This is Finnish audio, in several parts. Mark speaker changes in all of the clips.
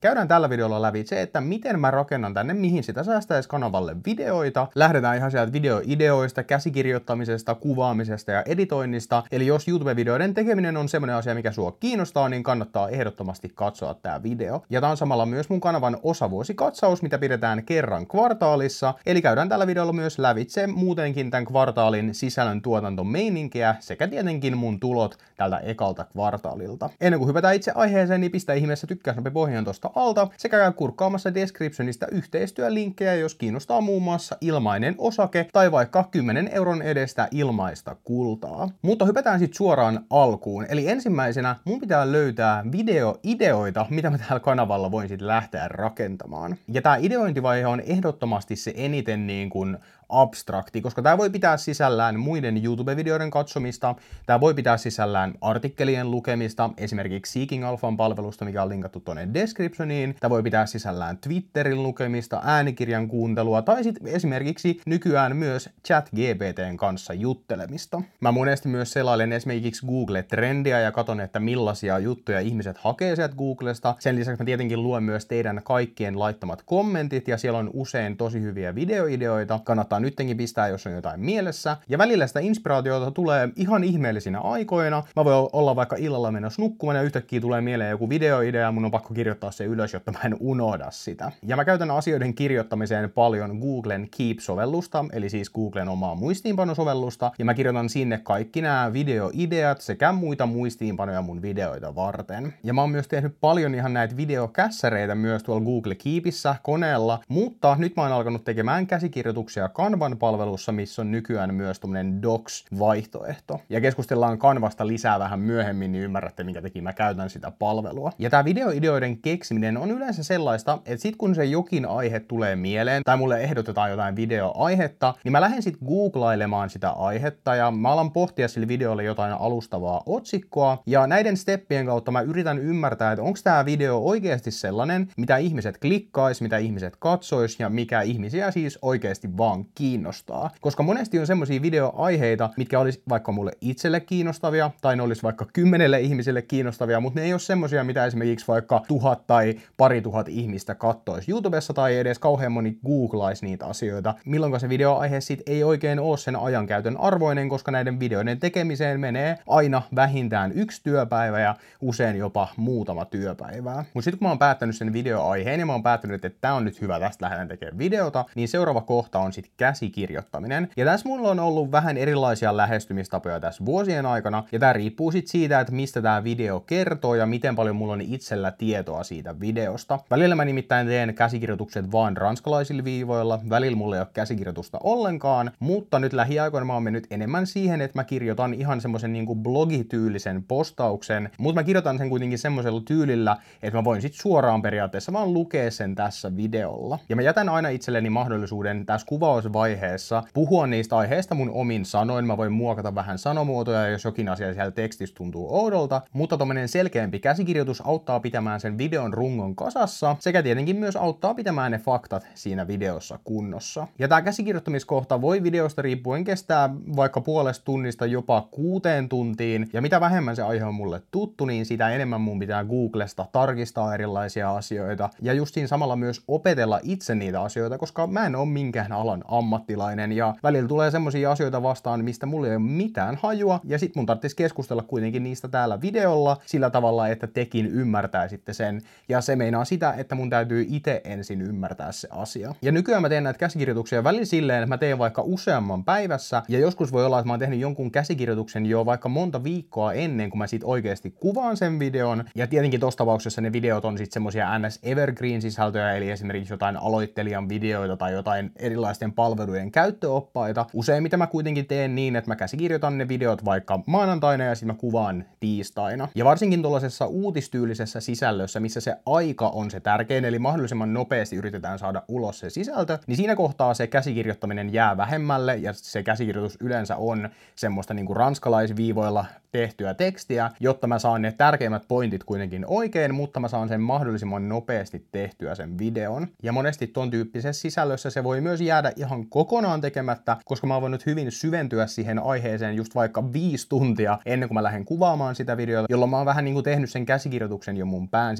Speaker 1: Käydään tällä videolla läpi se, että miten mä rakennan tänne, mihin sitä säästäisi kanavalle videoita. Lähdetään ihan sieltä videoideoista, käsikirjoittamisesta, kuvaamisesta ja editoinnista. Eli jos YouTube-videoiden tekeminen on semmoinen asia, mikä sua kiinnostaa, niin kannattaa ehdottomasti katsoa tää video. Ja tää on samalla myös mun kanavan osavuosikatsaus, mitä pidetään kerran kvartaalissa. Eli käydään tällä videolla myös lävitse muutenkin tämän kvartaalin sisällön tuotantomeininkiä sekä tietenkin mun tulot tältä ekalta kvartaalilta. Ennen kuin hypätään itse aiheeseen, niin pistä ihmeessä tykkäysnappi pohjaan tosta alta sekä käy kurkkaamassa descriptionista yhteistyölinkkejä, jos kiinnostaa muun muassa ilmainen osake tai vaikka 10 euron edestä ilmaista kultaa. Mutta hypätään sitten suoraan alkuun. Eli ensimmäisenä mun pitää löytää videoideoita, mitä mä täällä kanavalla voin sitten lähteä rakentamaan. Ja tää ideointivaihe on ehdottomasti se eniten niin kuin abstrakti, koska tämä voi pitää sisällään muiden YouTube-videoiden katsomista, tämä voi pitää sisällään artikkelien lukemista, esimerkiksi Seeking Alphan palvelusta, mikä on linkattu tuonne descriptioniin, tämä voi pitää sisällään Twitterin lukemista, äänikirjan kuuntelua, tai sitten esimerkiksi nykyään myös ChatGPTn kanssa juttelemista. Mä monesti myös selailen esimerkiksi Google-trendiä ja katon, että millaisia juttuja ihmiset hakee sieltä Googlesta. Sen lisäksi mä tietenkin luen myös teidän kaikkien laittamat kommentit, ja siellä on usein tosi hyviä videoideoita, kannattaa nyttenkin pistää, jos on jotain mielessä. Ja välillä sitä inspiraatiota tulee ihan ihmeellisinä aikoina. Mä voin olla vaikka illalla menossa nukkumaan ja yhtäkkiä tulee mieleen joku videoidea ja mun on pakko kirjoittaa se ylös, jotta mä en unohda sitä. Ja mä käytän asioiden kirjoittamiseen paljon Googlen Keep-sovellusta, eli siis Googlen omaa muistiinpanosovellusta. Ja mä kirjoitan sinne kaikki nämä videoideat sekä muita muistiinpanoja mun videoita varten. Ja mä oon myös tehnyt paljon ihan näitä videokässäreitä myös tuolla Google Keepissä koneella, mutta nyt mä oon alkanut tekemään käsikirjoituksia Canvan palvelussa, missä on nykyään myös tommonen Docs-vaihtoehto. Ja keskustellaan Canvasta lisää vähän myöhemmin, niin ymmärrätte, minkä takia mä käytän sitä palvelua. Ja tää videoideoiden keksiminen on yleensä sellaista, että sit kun se jokin aihe tulee mieleen, tai mulle ehdotetaan jotain videoaihetta, niin mä lähden sit googlailemaan sitä aihetta, ja mä alan pohtia sille videolle jotain alustavaa otsikkoa, ja näiden steppien kautta mä yritän ymmärtää, että onko tää video oikeasti sellainen, mitä ihmiset klikkais, mitä ihmiset katsois, ja mikä ihmisiä siis oikeasti vaan kiinnostaa. Koska monesti on semmosia videoaiheita, mitkä olisi vaikka mulle itselle kiinnostavia, tai ne olisi vaikka 10 ihmiselle kiinnostavia, mutta ne ei ole semmosia, mitä esimerkiksi vaikka 1000 tai 2000 ihmistä kattoisi YouTubessa, tai edes kauhean moni googlaisi niitä asioita, milloin se videoaihe sit ei oikein ole sen ajankäytön arvoinen, koska näiden videoiden tekemiseen menee aina vähintään 1 työpäivä ja usein jopa muutama työpäivää. Mutta sitten kun mä oon päättänyt sen videoaiheen ja mä oon päättänyt, että tää on nyt hyvä, tästä lähdetään tekemään videota, niin seuraava kohta on sitten käsikirjoittaminen. Ja tässä mulla on ollut vähän erilaisia lähestymistapoja tässä vuosien aikana, ja tää riippuu sitten siitä, että mistä tää video kertoo ja miten paljon mulla on itsellä tietoa siitä videosta. Välillä mä nimittäin teen käsikirjoitukset vaan ranskalaisilla viivoilla, välillä mulla ei ole käsikirjoitusta ollenkaan, mutta nyt lähiaikoina mä oon mennyt enemmän siihen, että mä kirjoitan ihan semmoisen niinku blogityylisen postauksen, mutta mä kirjoitan sen kuitenkin semmoisella tyylillä, että mä voin sitten suoraan periaatteessa vaan lukea sen tässä videolla. Ja mä jätän aina itselleni mahdollisuuden tässä kuvausvaiheessa puhua niistä aiheista mun omin sanoin. Mä voin muokata vähän sanomuotoja, jos jokin asia siellä tekstissä tuntuu oudolta, mutta tommonen selkeämpi käsikirjoitus auttaa pitämään sen videon rungon kasassa sekä tietenkin myös auttaa pitämään ne faktat siinä videossa kunnossa. Ja tää käsikirjoittamiskohta voi videosta riippuen kestää vaikka puolesta tunnista jopa 6 tuntiin, ja mitä vähemmän se aihe on mulle tuttu, niin sitä enemmän mun pitää Googlesta tarkistaa erilaisia asioita ja justiin samalla myös opetella itse niitä asioita, koska mä en ole minkään alan ammattilainen ja välillä tulee semmosia asioita vastaan, mistä mulla ei ole mitään hajua, ja sit mun tarvitsisi keskustella kuitenkin niistä täällä videolla sillä tavalla, että tekin ymmärtäisitte sen, ja se meinaa sitä, että mun täytyy itse ensin ymmärtää se asia. Ja nykyään mä teen näitä käsikirjoituksia välillä silleen, että mä teen vaikka useamman päivässä, ja joskus voi olla, että mä oon tehnyt jonkun käsikirjoituksen jo vaikka monta viikkoa ennen kuin mä sit oikeasti kuvaan sen videon, ja tietenkin tossa tapauksessa ne videot on sit semmosia NS Evergreen-sisältöjä, eli esimerkiksi jotain aloittelijan videoita tai jotain erilaisten palvelujen käyttöoppaita. Useimmiten mä kuitenkin teen niin, että mä käsikirjoitan ne videot vaikka maanantaina ja sitten mä kuvaan tiistaina. Ja varsinkin tuollaisessa uutistyylisessä sisällössä, missä se aika on se tärkein, eli mahdollisimman nopeasti yritetään saada ulos se sisältö, niin siinä kohtaa se käsikirjoittaminen jää vähemmälle, ja se käsikirjoitus yleensä on semmoista niinku ranskalaisviivoilla tehtyä tekstiä, jotta mä saan ne tärkeimmät pointit kuitenkin oikein, mutta mä saan sen mahdollisimman nopeasti tehtyä sen videon. Ja monesti ton tyyppisessä sisällössä se voi myös jäädä ihan kokonaan tekemättä, koska mä oon voinut hyvin syventyä siihen aiheeseen just vaikka 5 tuntia ennen kuin mä lähden kuvaamaan sitä videota, jolloin mä oon vähän niinku tehnyt sen käsikirjoituksen jo mun pään sisällä, mutta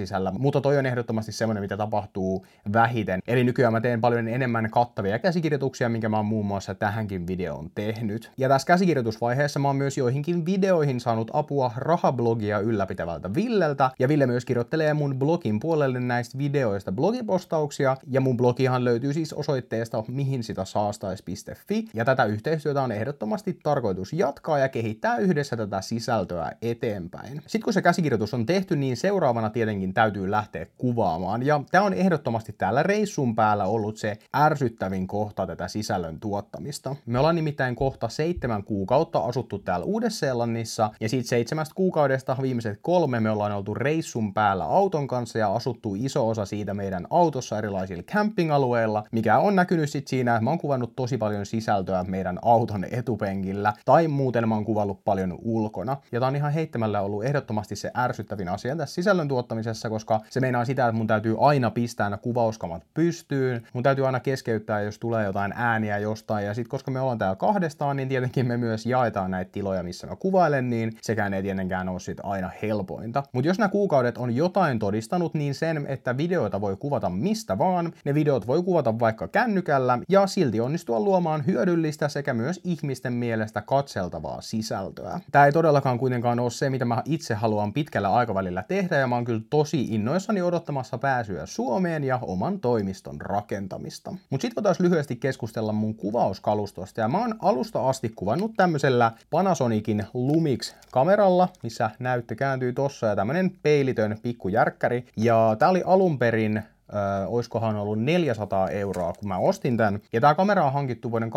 Speaker 1: mutta toi on ehdottomasti semmoinen, mitä tapahtuu vähiten. Eli nykyään mä teen paljon enemmän kattavia käsikirjoituksia, minkä mä oon muun muassa tähänkin videoon tehnyt. Ja tässä käsikirjoitusvaiheessa mä oon myös joihinkin videoihin saanut apua rahablogia ylläpitävältä Villeltä, ja Ville myös kirjoittelee mun blogin puolelle näistä videoista blogipostauksia, ja mun blogihan löytyy siis osoitteesta mihinsitasaastais.fi, ja tätä yhteistyötä on ehdottomasti tarkoitus jatkaa ja kehittää yhdessä tätä sisältöä eteenpäin. Sitten kun se käsikirjoitus on tehty, niin seuraavana tietenkin täytyy lähteä kuvaamaan, ja tää on ehdottomasti täällä reissun päällä ollut se ärsyttävin kohta tätä sisällön tuottamista. Me ollaan nimittäin kohta 7 kuukautta asuttu täällä Uudessa-Seelannissa, ja siitä 7 kuukaudesta viimeiset 3 me ollaan oltu reissun päällä auton kanssa ja asuttu iso osa siitä meidän autossa erilaisilla camping-alueilla, mikä on näkynyt sit siinä, että mä oon kuvannut tosi paljon sisältöä meidän auton etupenkillä, tai muuten mä oon kuvallut paljon ulkona. Ja tää on ihan heittämällä ollut ehdottomasti se ärsyttävin asia tässä sisällön tuottamisessa, koska se meinaa sitä, että mun täytyy aina pistää nämä kuvauskamat pystyyn, mun täytyy aina keskeyttää, jos tulee jotain ääniä jostain, ja sit koska me ollaan täällä kahdestaan, niin tietenkin me myös jaetaan näitä tiloja, missä mä kuvailen, niin sekään ei tietenkään ole sit aina helpointa. Mutta jos nämä kuukaudet on jotain todistanut, niin sen, että videoita voi kuvata mistä vaan, ne videot voi kuvata vaikka kännykällä, ja silti onnistua luomaan hyödyllistä sekä myös ihmisten mielestä katseltavaa sisältöä. Tää ei todellakaan kuitenkaan ole se, mitä mä itse haluan pitkällä aikavälillä tehdä, ja mä oon kyllä tosi innoissani odottamassa pääsyä Suomeen ja oman toimiston rakentamista. Mut sit voitaisiin lyhyesti keskustella mun kuvauskalustosta, ja mä oon alusta asti kuvannut tämmöisellä Panasonicin Lumix-kameralla, missä näyttö kääntyy tossa, ja tämmönen peilitön pikkujärkkäri, ja tää oli alun perin oiskohan ollut 400 €, kun mä ostin tän. Ja tää kamera on hankittu vuoden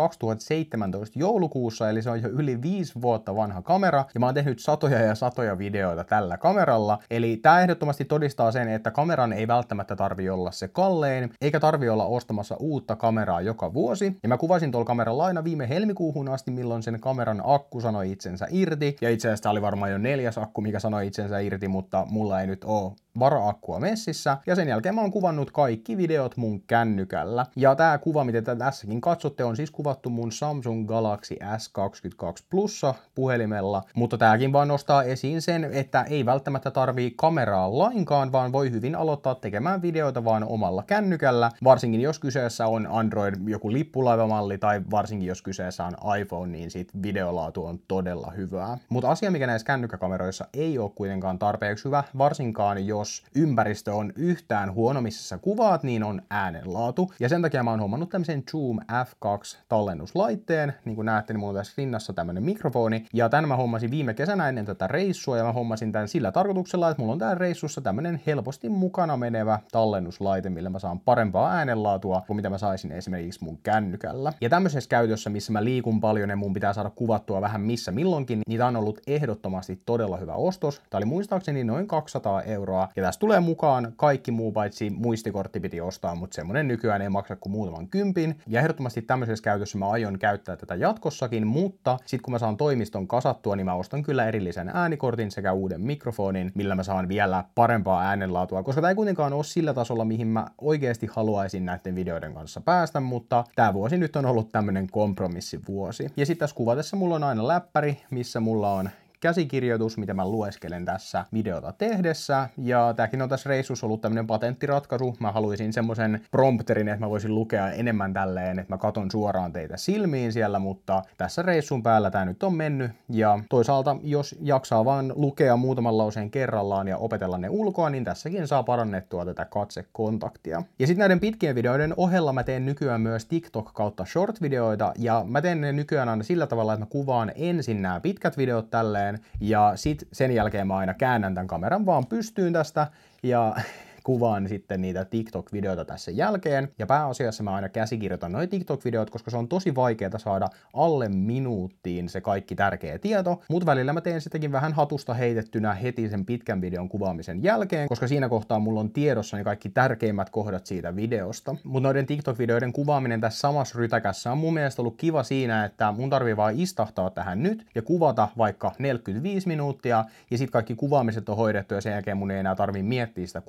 Speaker 1: 2017 joulukuussa, eli se on jo yli 5 vuotta vanha kamera, ja mä oon tehnyt satoja ja satoja videoita tällä kameralla. Eli tää ehdottomasti todistaa sen, että kameran ei välttämättä tarvi olla se kallein, eikä tarvi olla ostamassa uutta kameraa joka vuosi. Ja mä kuvasin tuolla kameralla aina viime helmikuuhun asti, milloin sen kameran akku sanoi itsensä irti. Ja itse asiassa tää oli varmaan jo 4. akku, mikä sanoi itsensä irti, mutta mulla ei nyt oo vara-akkua messissä, ja sen jälkeen mä oon kuvannut kaikki videot mun kännykällä. Ja tää kuva, mitä te tässäkin katsotte, on siis kuvattu mun Samsung Galaxy S22 Plussa puhelimella, mutta tääkin vaan nostaa esiin sen, että ei välttämättä tarvii kameraa lainkaan, vaan voi hyvin aloittaa tekemään videoita vaan omalla kännykällä, varsinkin jos kyseessä on Android joku lippulaivamalli, tai varsinkin jos kyseessä on iPhone, niin sit videolaatu on todella hyvää. Mutta asia, mikä näissä kännykkäkameroissa ei ole kuitenkaan tarpeeksi hyvä, varsinkaan jos ympäristö on yhtään huono, missä sä kuvaat, niin on äänenlaatu. Ja sen takia mä oon hommannut tämmöisen Zoom F2 tallennuslaitteen. Niin kuin näette, niin mulla on tässä rinnassa tämmönen mikrofoni. Ja tän mä hommasin viime kesänä ennen tätä reissua, ja mä hommasin tän sillä tarkoituksella, että mulla on täällä reissussa tämmönen helposti mukana menevä tallennuslaite, millä mä saan parempaa äänenlaatua kuin mitä mä saisin esimerkiksi mun kännykällä. Ja tämmöisessä käytössä, missä mä liikun paljon ja mun pitää saada kuvattua vähän missä milloinkin, niin tää on ollut ehdottomasti todella hyvä ostos. Tää oli muistaakseni noin 200 €. Ja tässä tulee mukaan kaikki muu, paitsi muistikortti piti ostaa, mutta semmonen nykyään ei maksa kuin muutaman kympin. Ja ehdottomasti tämmöisessä käytössä mä aion käyttää tätä jatkossakin, mutta sit kun mä saan toimiston kasattua, niin mä ostan kyllä erillisen äänikortin sekä uuden mikrofonin, millä mä saan vielä parempaa äänenlaatua, koska tää ei kuitenkaan ole sillä tasolla, mihin mä oikeasti haluaisin näiden videoiden kanssa päästä, mutta tää vuosi nyt on ollut tämmönen kompromissivuosi. Ja sit tässä kuvatessa mulla on aina läppäri, missä mulla on käsikirjoitus, mitä mä lueskelen tässä videota tehdessä, ja tääkin on tässä reissussa ollut tämmönen patenttiratkaisu. Mä haluaisin semmosen prompterin, että mä voisin lukea enemmän tälleen, että mä katon suoraan teitä silmiin siellä, mutta tässä reissun päällä tää nyt on mennyt, ja toisaalta jos jaksaa vaan lukea muutaman lauseen kerrallaan ja opetella ne ulkoa, niin tässäkin saa parannettua tätä katsekontaktia. Ja sitten näiden pitkien videoiden ohella mä teen nykyään myös TikTok kautta short-videoita, ja mä teen ne nykyään aina sillä tavalla, että mä kuvaan ensin nämä pitkät videot tälleen, ja sit sen jälkeen mä aina käännän tämän kameran vaan pystyyn tästä, ja kuvaan sitten niitä TikTok-videoita tässä jälkeen. Ja pääasiassa mä aina käsikirjoitan noi TikTok-videot, koska se on tosi vaikeaa saada alle minuuttiin se kaikki tärkeä tieto. Mut välillä mä teen sitäkin vähän hatusta heitettynä heti sen pitkän videon kuvaamisen jälkeen, koska siinä kohtaa mulla on tiedossa ne kaikki tärkeimmät kohdat siitä videosta. Mut noiden TikTok-videoiden kuvaaminen tässä samassa rytäkässä on mun mielestä ollut kiva siinä, että mun tarvii vaan istahtaa tähän nyt ja kuvata vaikka 45 minuuttia, ja sit kaikki kuvaamiset on hoidettu, ja sen jälkeen mun ei enää tarvii miettiä sitä kuvaamista,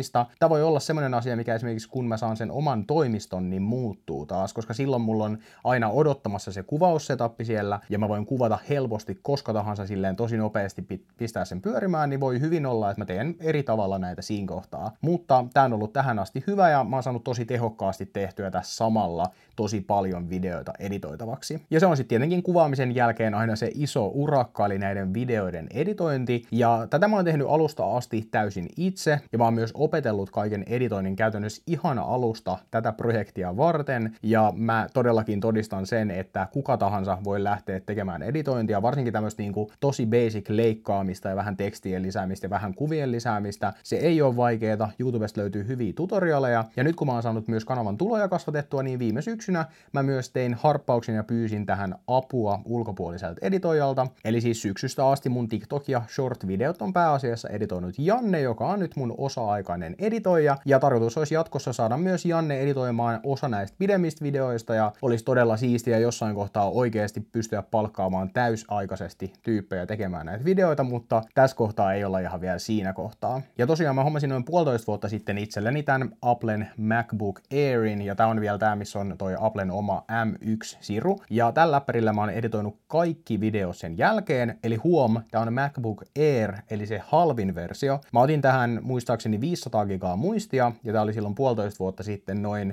Speaker 1: kuvaamista. Tämä voi olla semmoinen asia, mikä esimerkiksi kun mä saan sen oman toimiston, niin muuttuu taas, koska silloin mulla on aina odottamassa se kuvaussetappi siellä, ja mä voin kuvata helposti koska tahansa silleen tosi nopeasti pistää sen pyörimään, niin voi hyvin olla, että mä teen eri tavalla näitä siinä kohtaa. Mutta tää on ollut tähän asti hyvä, ja mä oon saanut tosi tehokkaasti tehtyä tässä samalla tosi paljon videoita editoitavaksi. Ja se on sitten tietenkin kuvaamisen jälkeen aina se iso urakka, eli näiden videoiden editointi, ja tätä mä oon tehnyt alusta asti täysin itse, ja mä oon myös opetellut kaiken editoinnin käytännössä ihan alusta tätä projektia varten, ja mä todellakin todistan sen, että kuka tahansa voi lähteä tekemään editointia, varsinkin tämmöistä niinku tosi basic leikkaamista ja vähän tekstien lisäämistä ja vähän kuvien lisäämistä. Se ei ole vaikeeta, YouTubesta löytyy hyviä tutorialeja, ja nyt kun mä oon saanut myös kanavan tuloja kasvatettua, niin viime syksynä mä myös tein harppauksen ja pyysin tähän apua ulkopuoliselta editoijalta, eli siis syksystä asti mun TikTok ja short-videot on pääasiassa editoinut Janne, joka on nyt mun osa-aikainen editoija, ja tarkoitus olisi jatkossa saada myös Janne editoimaan osa näistä pidemmistä videoista, ja olisi todella siistiä jossain kohtaa oikeasti pystyä palkkaamaan täysaikaisesti tyyppejä tekemään näitä videoita, mutta tässä kohtaa ei olla ihan vielä siinä kohtaa. Ja tosiaan mä hommasin noin 1,5 vuotta sitten itselleni tämän Applen MacBook Airin, ja tää on vielä tää, missä on toi Applen oma M1-siru, ja tällä läppärillä mä oon editoinut kaikki videot sen jälkeen, eli huom, tää on MacBook Air, eli se halvin versio. Mä otin tähän muistaakseni 500 gigaa muistia, ja tää oli silloin 1,5 vuotta sitten noin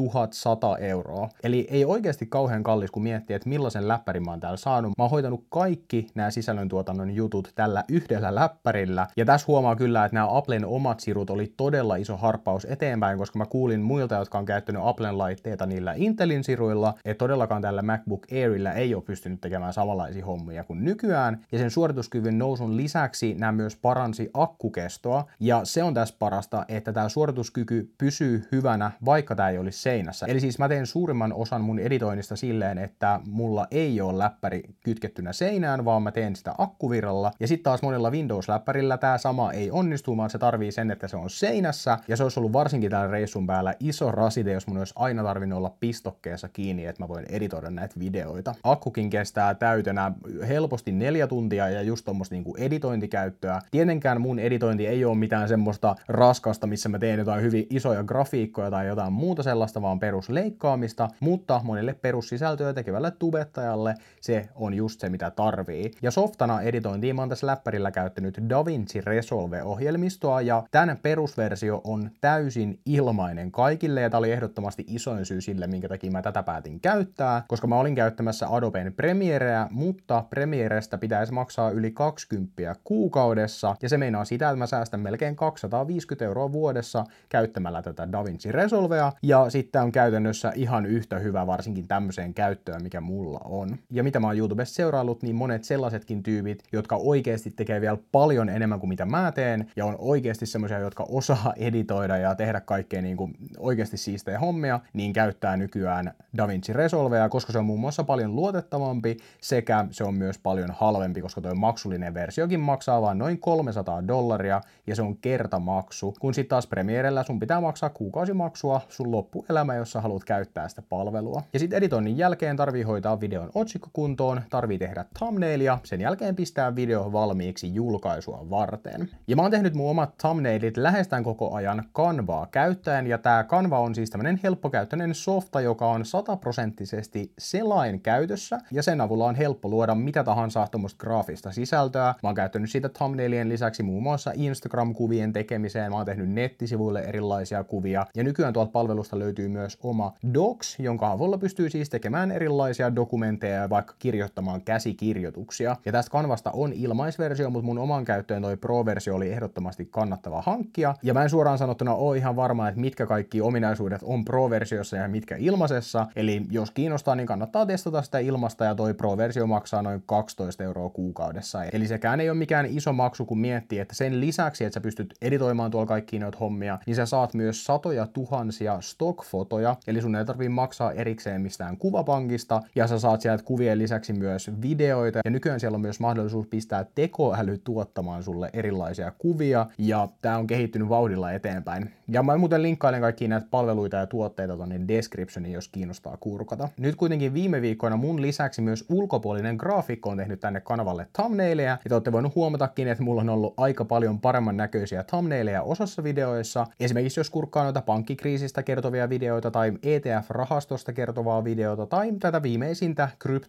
Speaker 1: 1100 €. Eli ei oikeasti kauhean kallis, kun miettii, että millaisen läppärin mä oon täällä saanut. Mä oon hoitanut kaikki nämä sisällöntuotannon jutut tällä yhdellä läppärillä. Ja tässä huomaa kyllä, että nämä Applen omat sirut oli todella iso harppaus eteenpäin, koska mä kuulin muilta, jotka on käyttänyt Applen laitteita niillä Intelin siruilla, että todellakaan tällä MacBook Airillä ei ole pystynyt tekemään samanlaisia hommia kuin nykyään. Ja sen suorituskyvyn nousun lisäksi nämä myös paransi akkukestoa. Ja se on tässä parasta, että tämä suorituskyky pysyy hyvänä, vaikka tämä ei olisi seinässä. Eli siis mä teen suurimman osan mun editoinnista silleen, että mulla ei ole läppäri kytkettynä seinään, vaan mä teen sitä akkuvirralla. Ja sitten taas monella Windows-läppärillä tämä sama ei onnistu, vaan se tarvii sen, että se on seinässä. Ja se olisi ollut varsinkin täällä reissun päällä iso rasite, jos mun olisi aina tarvinnut olla pistokkeessa kiinni, että mä voin editoida näitä videoita. Akkukin kestää täytenä helposti 4 tuntia ja just tommoista niinku editointikäyttöä. Tietenkään mun editointi ei ole mitään semmoista raskasta, missä mä teen jotain hyvin isoja grafiikkoja tai jotain muuta sellaista, vaan perusleikkaamista, mutta monelle perussisältöä tekevälle tubettajalle se on just se, mitä tarvii. Ja softana editointiin mä oon tässä läppärillä käyttänyt DaVinci Resolve-ohjelmistoa, ja tämän perusversio on täysin ilmainen kaikille, ja tää oli ehdottomasti isoin syy sille, minkä takia mä tätä päätin käyttää, koska mä olin käyttämässä Adoben Premiereä, mutta Premierestä pitäisi maksaa yli 20 kuukaudessa, ja se meinaa sitä, että mä säästän melkein 250 € vuodessa käyttämällä tätä DaVinci Resolvea, ja sitten on käytännössä ihan yhtä hyvä varsinkin tämmöiseen käyttöön, mikä mulla on. Ja mitä mä oon YouTubessa seuraillut, niin monet sellaisetkin tyypit, jotka oikeasti tekee vielä paljon enemmän kuin mitä mä teen, ja on oikeasti semmoisia, jotka osaa editoida ja tehdä kaikkea niin kuin oikeasti siistejä hommia, niin käyttää nykyään DaVinci Resolvea, koska se on muun muassa paljon luotettavampi, sekä se on myös paljon halvempi, koska tuo maksullinen versiokin maksaa vain noin $300, ja se on kertamaksu, kun sitten taas Premierellä sun pitää maksaa kuukausimaksua sun loppuelämä, jos sä haluat käyttää sitä palvelua. Ja sitten editoinnin jälkeen tarvii hoitaa videon otsikko kuntoon, tarvii tehdä thumbnailia, sen jälkeen pistää video valmiiksi julkaisua varten. Ja mä oon tehnyt mun omat thumbnailit lähestään koko ajan Canvaa käyttäen, ja tää Canva on siis tämmönen helppokäyttöinen softa, joka on 100% selain käytössä, ja sen avulla on helppo luoda mitä tahansa tommoista graafista sisältöä. Mä oon käyttänyt siitä thumbnailien lisäksi muun muassa Instagram-kuvien tekemiseen, mä oon tehnyt nettisivuille erilaisia kuvia, ja nykyään tuolta palvelusta löytyy myös oma Docs, jonka avulla pystyy siis tekemään erilaisia dokumentteja ja vaikka kirjoittamaan käsikirjoituksia. Ja tästä Canvasta on ilmaisversio, mutta mun oman käyttöön toi Pro-versio oli ehdottomasti kannattava hankkia. Ja mä en suoraan sanottuna ole ihan varma, että mitkä kaikki ominaisuudet on Pro-versiossa ja mitkä ilmaisessa. Eli jos kiinnostaa, niin kannattaa testata sitä ilmasta, ja toi Pro-versio maksaa noin 12 € kuukaudessa. Eli sekään ei ole mikään iso maksu, kun miettii, että sen lisäksi, että sä pystyt editoimaan tuolla kaikkia noita hommia, niin sä saat myös satoja tuhansia stock-fotoja, eli sun ei tarvii maksaa erikseen mistään kuvapankista, ja sä saat sieltä kuvien lisäksi myös videoita, ja nykyään siellä on myös mahdollisuus pistää tekoäly tuottamaan sulle erilaisia kuvia, ja tää on kehittynyt vauhdilla eteenpäin. Ja mä muuten linkkailen kaikkia näitä palveluita ja tuotteita tonne descriptioniin, jos kiinnostaa kiinnostaa kurkata. Nyt kuitenkin viime viikkoina mun lisäksi myös ulkopuolinen graafikko on tehnyt tänne kanavalle thumbnaileja, ja te olette voinut huomatakin, että mulla on ollut aika paljon paremman näköisiä thumbnaileja osassa videoissa. Esimerkiksi jos kurkkaa noita pankkikriisistä kertovia videoita tai ETF-rahastosta kertovaa videota tai tätä viimeisintä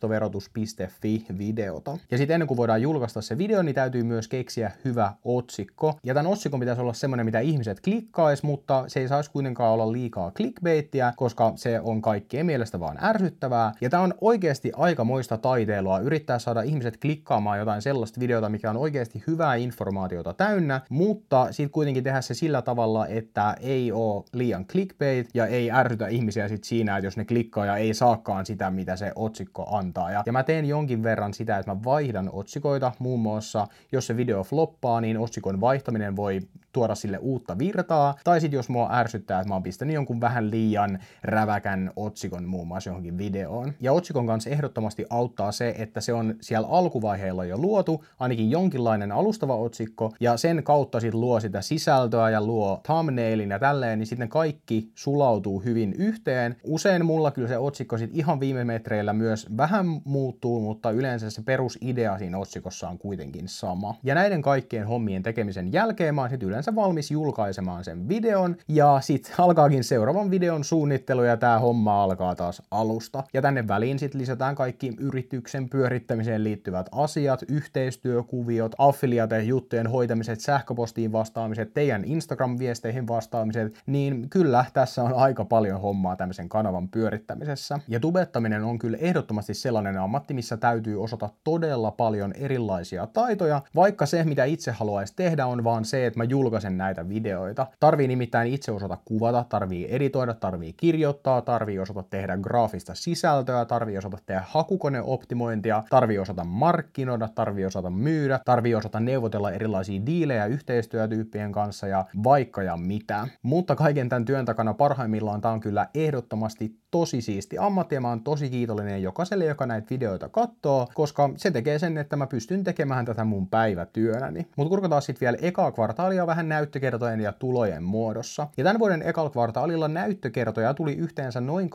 Speaker 1: kryptoverotus.fi-videota. Ja sitten ennen kuin voidaan julkaista se video, niin täytyy myös keksiä hyvä otsikko. Ja tämän otsikon pitäisi olla semmoinen, mitä ihmiset klikkais, mutta se ei saisi kuitenkaan olla liikaa clickbaittiä, koska se on kaikkien mielestä vaan ärsyttävää. Ja tämä on oikeasti aikamoista taiteilua yrittää saada ihmiset klikkaamaan jotain sellaista videota, mikä on oikeasti hyvää informaatiota täynnä, mutta sitten kuitenkin tehdä se sillä tavalla, että ei ole liian clickbait ja ei ärsytä ihmisiä sit siinä, että jos ne klikkaa ja ei saakaan sitä, mitä se otsikko antaa. Ja mä teen jonkin verran sitä, että mä vaihdan otsikoita, muun muassa jos se video floppaa, niin otsikon vaihtaminen voi tuoda sille uutta virtaa, tai sitten jos mua ärsyttää, että mä oon pistänyt jonkun vähän liian räväkän otsikon muun muassa johonkin videoon. Ja otsikon kanssa ehdottomasti auttaa se, että se on siellä alkuvaiheella jo luotu, ainakin jonkinlainen alustava otsikko, ja sen kautta sitten luo sitä sisältöä ja luo thumbnailin ja tälleen, niin sitten kaikki sulautuu hyvin yhteen. Usein mulla kyllä se otsikko sitten ihan viime metreillä myös vähän muuttuu, mutta yleensä se perusidea siinä otsikossa on kuitenkin sama. Ja näiden kaikkien hommien tekemisen jälkeen mä oon sitten yleensä valmis julkaisemaan sen videon, ja sitten alkaakin seuraavan videon suunnittelu, ja tää homma alkaa taas alusta. Ja tänne väliin sitten lisätään kaikki yrityksen pyörittämiseen liittyvät asiat, yhteistyökuviot, affiliate-juttujen hoitamiset, sähköpostiin vastaamiset, teidän Instagram-viesteihin vastaamiset, niin kyllä tässä on aika paljon hommaa tämmöisen kanavan pyörittämisessä. Ja tubettaminen on kyllä ehdottomasti sellainen ammatti, missä täytyy osata todella paljon erilaisia taitoja, vaikka se, mitä itse haluaisi tehdä, on vaan se, että mä julkaisen näitä videoita. Tarvii nimittäin itse osata kuvata, tarvii editoida, tarvii kirjoittaa, tarvii osata tehdä graafista sisältöä, tarvii osata tehdä hakukoneoptimointia, tarvii osata markkinoida, tarvii osata myydä, tarvii osata neuvotella erilaisia diilejä yhteistyötyyppien kanssa ja vaikka ja mitä. Mutta kaiken tämän työn takana parhaimmillaan tää on kyllä ehdottomasti tosi siisti ammatti, ja mä oon tosi kiitollinen jokaiselle, joka näitä videoita katsoo, koska se tekee sen, että mä pystyn tekemään tätä mun päivätyönäni. Mutta kurkataan sitten vielä ekaa kvartaalia vähän näyttökertojen ja tulojen muodossa. Ja tämän vuoden ekalla kvartaalilla näyttökertoja tuli yhteensä noin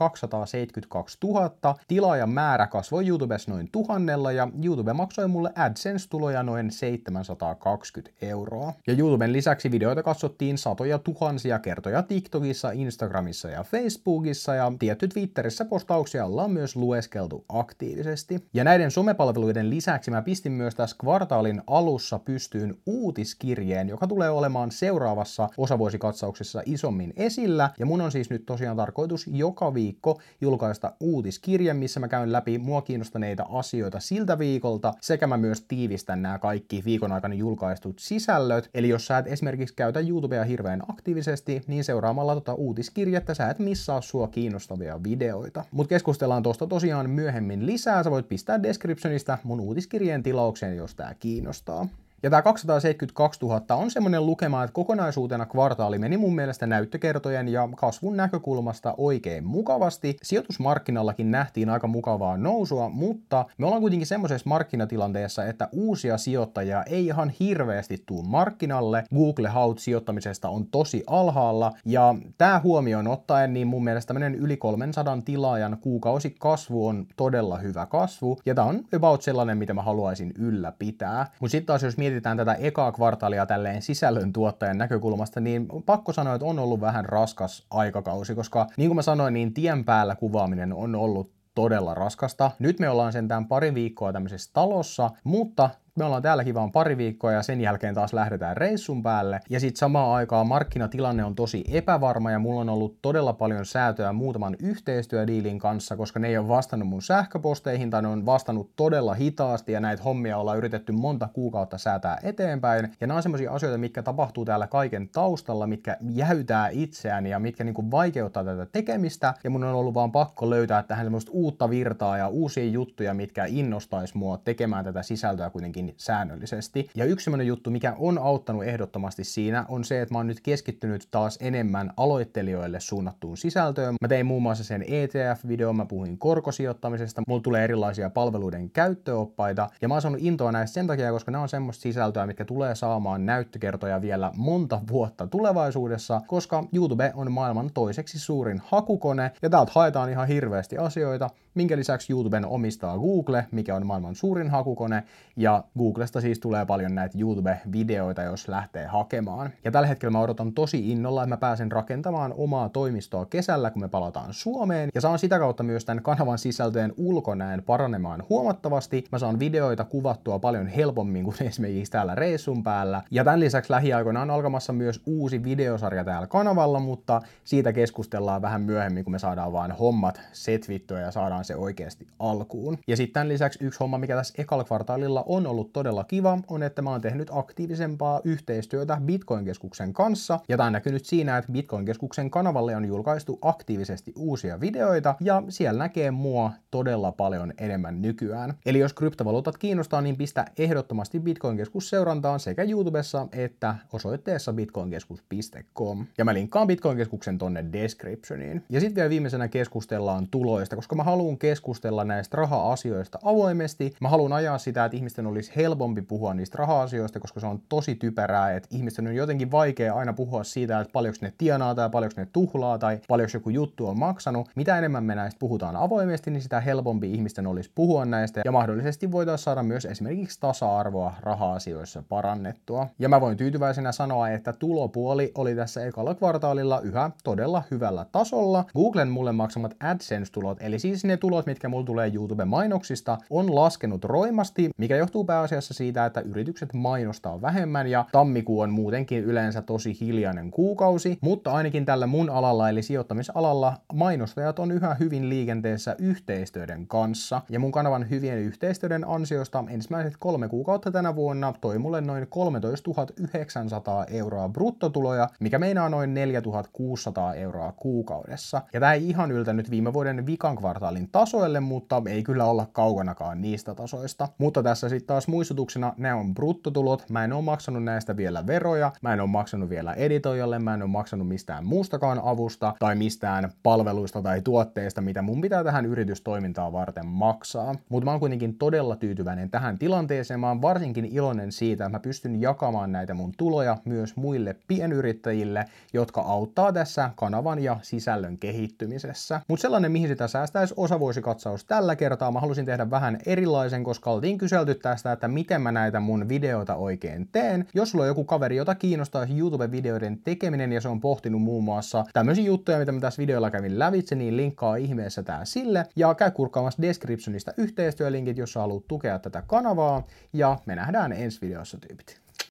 Speaker 1: 272 000, tilaajan määrä kasvoi YouTubessa noin 1000, ja YouTube maksoi mulle AdSense-tuloja noin 720 €. Ja YouTuben lisäksi videoita katsottiin satoja tuhansia kertoja TikTokissa, Instagramissa ja Facebookissa, ja tietty Twitterissä postauksia ollaan myös lueskeltu aktiivisesti. Ja näiden somepalveluiden lisäksi mä pistin myös tässä kvartaalin alussa pystyyn uutiskirjeen, joka tulee olemaan seuraavassa osavuosikatsauksessa isommin esillä. Ja mun on siis nyt tosiaan tarkoitus joka viikko julkaista uutiskirje, missä mä käyn läpi mua kiinnostaneita asioita siltä viikolta, sekä mä myös tiivistän nämä kaikki viikon aikana julkaistut sisällöt. Eli jos sä et esimerkiksi käytä YouTubea hirveän aktiivisesti, niin seuraamalla tota uutiskirjettä sä et missaa sua kiinnostavia videoita. Mut keskustellaan tosta tosiaan myöhemmin lisää. Sä voit pistää descriptionista mun uutiskirjeen tilaukseen, jos tää kiinnostaa. Ja tämä 272 000 on semmoinen lukema, että kokonaisuutena kvartaali meni mun mielestä näyttökertojen ja kasvun näkökulmasta oikein mukavasti. Sijoitusmarkkinallakin nähtiin aika mukavaa nousua, mutta me ollaan kuitenkin semmoisessa markkinatilanteessa, että uusia sijoittajia ei ihan hirveästi tuu markkinalle. Google-haut sijoittamisesta on tosi alhaalla, ja tämä huomioon ottaen, niin mun mielestä tämmöinen yli 300 tilaajan kuukausikasvu on todella hyvä kasvu, ja tämä on about sellainen, mitä mä haluaisin ylläpitää. Mutta sitten taas jos mietitään tätä ekaa kvartaalia tälleen sisällöntuottajan näkökulmasta, niin pakko sanoa, että on ollut vähän raskas aikakausi, koska niin kuin mä sanoin, niin tien päällä kuvaaminen on ollut todella raskasta. Nyt me ollaan sentään pari viikkoa tämmöisessä talossa, mutta me ollaan täälläkin vaan pari viikkoa ja sen jälkeen taas lähdetään reissun päälle. Ja sitten samaan aikaan markkinatilanne on tosi epävarma ja mulla on ollut todella paljon säätöä muutaman yhteistyödiilin kanssa, koska ne ei ole vastannut mun sähköposteihin tai ne on vastannut todella hitaasti ja näitä hommia ollaan yritetty monta kuukautta säätää eteenpäin. Ja nämä on semmoisia asioita, mitkä tapahtuu täällä kaiken taustalla, mitkä jäytää itseään ja mitkä niinku vaikeuttaa tätä tekemistä. Ja mun on ollut vaan pakko löytää tähän semmoista uutta virtaa ja uusia juttuja, mitkä innostaisi mua tekemään tätä sisältöä kuitenkin hyvin säännöllisesti. Ja yksi semmoinen juttu, mikä on auttanut ehdottomasti siinä, on se, että mä oon nyt keskittynyt taas enemmän aloittelijoille suunnattuun sisältöön. Mä tein muun muassa sen ETF-videon, mä puhuin korkosijoittamisesta, mulla tulee erilaisia palveluiden käyttöoppaita, ja mä oon saanut intoa näistä sen takia, koska nämä on semmoista sisältöä, mitkä tulee saamaan näyttökertoja vielä monta vuotta tulevaisuudessa, koska YouTube on maailman toiseksi suurin hakukone, ja täältä haetaan ihan hirveästi asioita, minkä lisäksi YouTuben omistaa Google, mikä on maailman suurin hakukone, ja Googlesta siis tulee paljon näitä YouTube-videoita, jos lähtee hakemaan. Ja tällä hetkellä mä odotan tosi innolla, että mä pääsen rakentamaan omaa toimistoa kesällä, kun me palataan Suomeen, ja saan sitä kautta myös tämän kanavan sisältöjen ulkonäön paranemaan huomattavasti. Mä saan videoita kuvattua paljon helpommin kuin esimerkiksi täällä reissun päällä, ja tämän lisäksi lähiaikoina on alkamassa myös uusi videosarja täällä kanavalla, mutta siitä keskustellaan vähän myöhemmin, kun me saadaan vaan hommat setvittyä ja saadaan se oikeasti alkuun. Ja sitten tämän lisäksi yksi homma, mikä tässä ekalla kvartaalilla on ollut todella kiva, on, että mä oon tehnyt aktiivisempaa yhteistyötä Bitcoin-keskuksen kanssa, ja tää on näkynyt siinä, että Bitcoin-keskuksen kanavalle on julkaistu aktiivisesti uusia videoita, ja siellä näkee mua todella paljon enemmän nykyään. Eli jos kryptovaluutat kiinnostaa, niin pistä ehdottomasti Bitcoin-keskus seurantaan sekä YouTubessa että osoitteessa bitcoinkeskus.com. Ja mä linkkaan Bitcoin-keskuksen tonne descriptioniin. Ja sitten vielä viimeisenä keskustellaan tuloista, koska mä haluan keskustella näistä raha-asioista avoimesti. Mä haluan ajaa sitä, että ihmisten olisi helpompi puhua niistä raha-asioista, koska se on tosi typerää, että ihmisten on jotenkin vaikea aina puhua siitä, että paljonko ne tienaa tai paljonko ne tuhlaa tai paljonko joku juttu on maksanut. Mitä enemmän me näistä puhutaan avoimesti, niin sitä helpompi ihmisten olisi puhua näistä ja mahdollisesti voitaisiin saada myös esimerkiksi tasa-arvoa raha-asioissa parannettua. Ja mä voin tyytyväisenä sanoa, että tulopuoli oli tässä ekalla kvartaalilla yhä todella hyvällä tasolla. Googlen mulle maksamat AdSense-tulot, eli siis ne tulot, mitkä mulle tulee YouTube-mainoksista, on laskenut roimasti, mikä johtuu pääasiassa siitä, että yritykset mainostaa vähemmän ja tammikuu on muutenkin yleensä tosi hiljainen kuukausi, mutta ainakin tällä mun alalla eli sijoittamisalalla mainostajat on yhä hyvin liikenteessä yhteistyöiden kanssa ja mun kanavan hyvien yhteistyöiden ansiosta ensimmäiset 3 kuukautta tänä vuonna toi mulle noin 13 900 euroa bruttotuloja, mikä meinaa noin 4 600 euroa kuukaudessa. Ja tää ei ihan yltänyt viime vuoden vikan kvartaalin tasoille, mutta ei kyllä olla kaukanakaan niistä tasoista. Mutta tässä sitten taas muistutuksena, nämä on bruttotulot, mä en oo maksanut näistä vielä veroja, mä en oo maksanut vielä editoijalle, mä en oo maksanut mistään muustakaan avusta tai mistään palveluista tai tuotteista, mitä mun pitää tähän yritystoimintaa varten maksaa. Mutta mä oon kuitenkin todella tyytyväinen tähän tilanteeseen, mä oon varsinkin iloinen siitä, että mä pystyn jakamaan näitä mun tuloja myös muille pienyrittäjille, jotka auttaa tässä kanavan ja sisällön kehittymisessä. Mutta sellainen, mihin sitä säästäisi osavuosikatsaus tällä kertaa, mä halusin tehdä vähän erilaisen, koska oltiin kyselty tästä, että miten mä näitä mun videoita oikein teen. Jos sulla on joku kaveri, jota kiinnostaisi YouTube-videoiden tekeminen ja se on pohtinut muun muassa tämmöisiä juttuja, mitä mä tässä videolla kävin lävitse, niin linkkaa ihmeessä tää sille ja käy kurkkaamassa descriptionista yhteistyölinkit, jos sä haluat tukea tätä kanavaa ja me nähdään ensi videossa, tyypit.